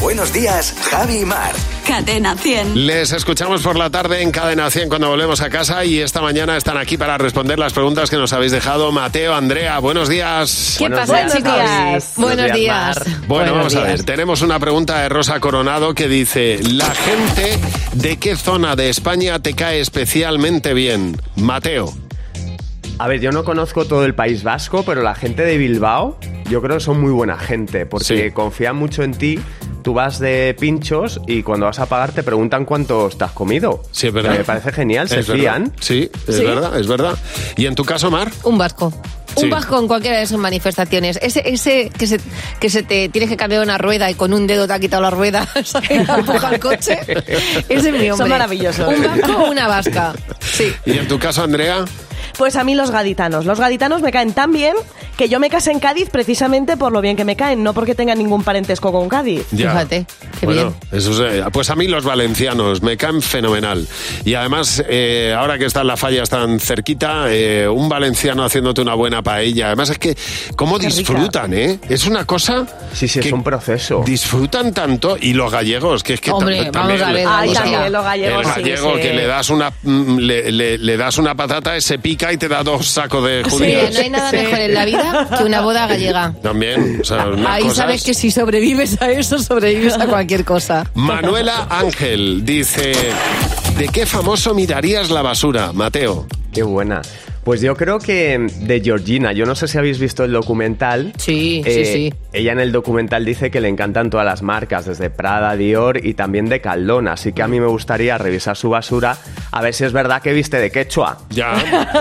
Buenos días, Javi y Mar. Cadena 100. Les escuchamos por la tarde en Cadena 100 cuando volvemos a casa y esta mañana están aquí para responder las preguntas que nos habéis dejado. Mateo, Andrea, buenos días. ¿Qué pasa, chicos? Buenos días. Bueno, vamos a ver. Tenemos una pregunta de Rosa Coronado que dice: ¿la gente de qué zona de España te cae especialmente bien? Mateo. A ver, yo no conozco todo el País Vasco, pero la gente de Bilbao yo creo que son muy buena gente porque confían mucho en ti. Tú vas de pinchos y cuando vas a pagar te preguntan cuántos te has comido. Sí, es verdad. Me parece genial, se fían. Verdad. Sí, es verdad. ¿Y en tu caso, Mar? Un vasco. Sí. Un vasco en cualquiera de sus manifestaciones. Ese que se te tienes que cambiar una rueda y con un dedo te ha quitado la rueda, empuja el coche. Ese es mi hombre. Son maravillosos. Un vasco o una vasca. Sí. ¿Y en tu caso, Andrea? Pues a mí los gaditanos. Los gaditanos me caen tan bien que yo me casé en Cádiz precisamente por lo bien que me caen, no porque tengan ningún parentesco con Cádiz. Ya. Fíjate, qué bueno, bien. Eso pues a mí los valencianos me caen fenomenal. Y además, ahora que están las fallas tan cerquita, un valenciano haciéndote una buena paella. Además es que cómo Qué disfrutan, rica. ¿eh? Es una cosa... Sí, que es un proceso. Disfrutan tanto. Y los gallegos, que es que... Hombre, también, vamos a ver, Ay, o sea, también los gallegos, el sí, gallego sí. que le das una le das una patata, se pica y te da 2 sacos de Sí, judías. no hay nada mejor en la vida que una boda gallega. También, o sea, unas Ahí cosas... sabes que si sobrevives a eso, sobrevives a cualquier cosa. Manuela Ángel dice: ¿de qué famoso mirarías la basura, Mateo? Qué buena. Pues yo creo que de Georgina. Yo no sé si habéis visto el documental. Sí, sí. Ella en el documental dice que le encantan todas las marcas, desde Prada, Dior y también de Caldón. Así que a mí me gustaría revisar su basura a ver si es verdad que viste de quechua. Ya.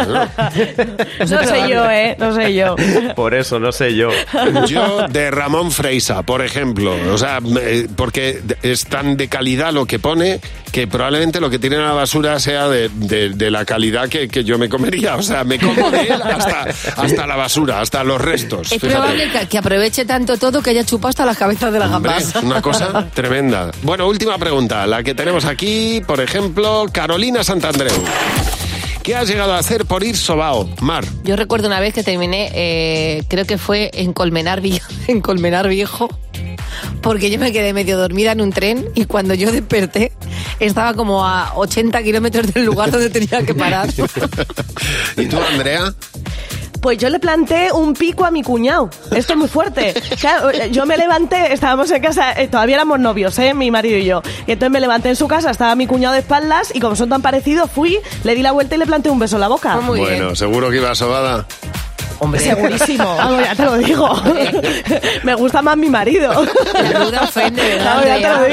No sé yo, no sé yo. Por eso, no sé yo. Yo de Ramón Freisa, por ejemplo. O sea, porque es tan de calidad lo que pone que probablemente lo que tiene en la basura sea de la calidad que yo me comería. O sea, me como de él hasta la basura, hasta los restos. Es fíjate. probable que aproveche tanto todo que haya chupado hasta las cabezas de las Hombre, gambas. una cosa tremenda. Bueno, última pregunta, la que tenemos aquí, por ejemplo, Carolina Santandreu. ¿Qué has llegado a hacer por ir sobao, Mar? Yo recuerdo una vez que terminé, creo que fue en Colmenar Viejo, porque yo me quedé medio dormida en un tren y cuando yo desperté estaba como a 80 kilómetros del lugar donde tenía que parar. ¿Y tú, Andrea? Pues yo le planté un pico a mi cuñado. Esto es muy fuerte. Claro, yo me levanté, estábamos en casa, todavía éramos novios, mi marido y yo. Y entonces me levanté en su casa, estaba mi cuñado de espaldas y como son tan parecidos, fui, le di la vuelta y le planté un beso en la boca. Muy Bueno, bien. seguro que iba sobada. Hombre, segurísimo. Vamos, ya te lo digo. Me gusta más mi marido. La duda ofende, ¿verdad, Vamos, ya te Andrea? lo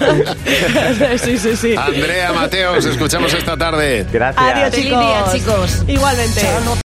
digo. Sí. Andrea, Mateo, os escuchamos esta tarde. Gracias. Adiós, Feliz chicos. día, chicos. Igualmente.